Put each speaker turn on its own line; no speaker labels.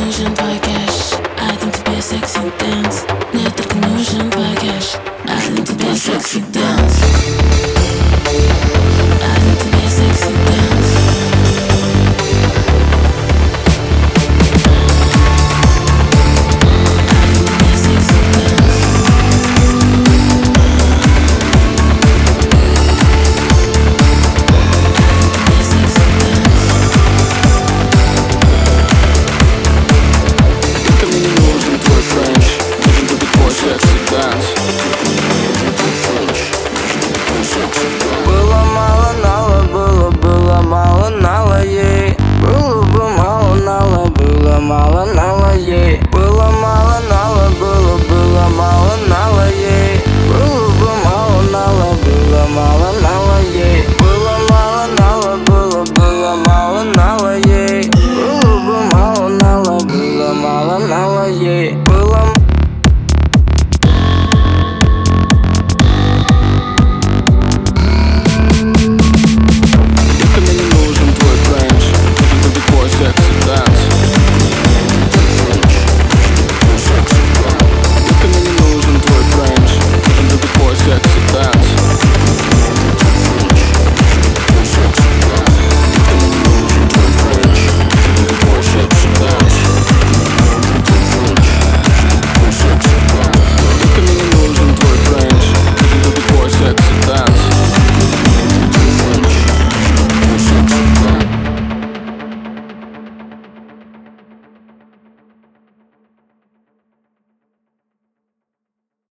нужен твой кэш. Один тебе секси дэнс. Мне только нужен твой кэш. Один тебе секси дэнс. Один тебе секси дэнс. Один тебе секси дэнс.
Только мне не нужен твой френч, нужен только твой секси дэнс.
Было мало нала, было мало нала ей. Было бы мало нала, было мало нала ей.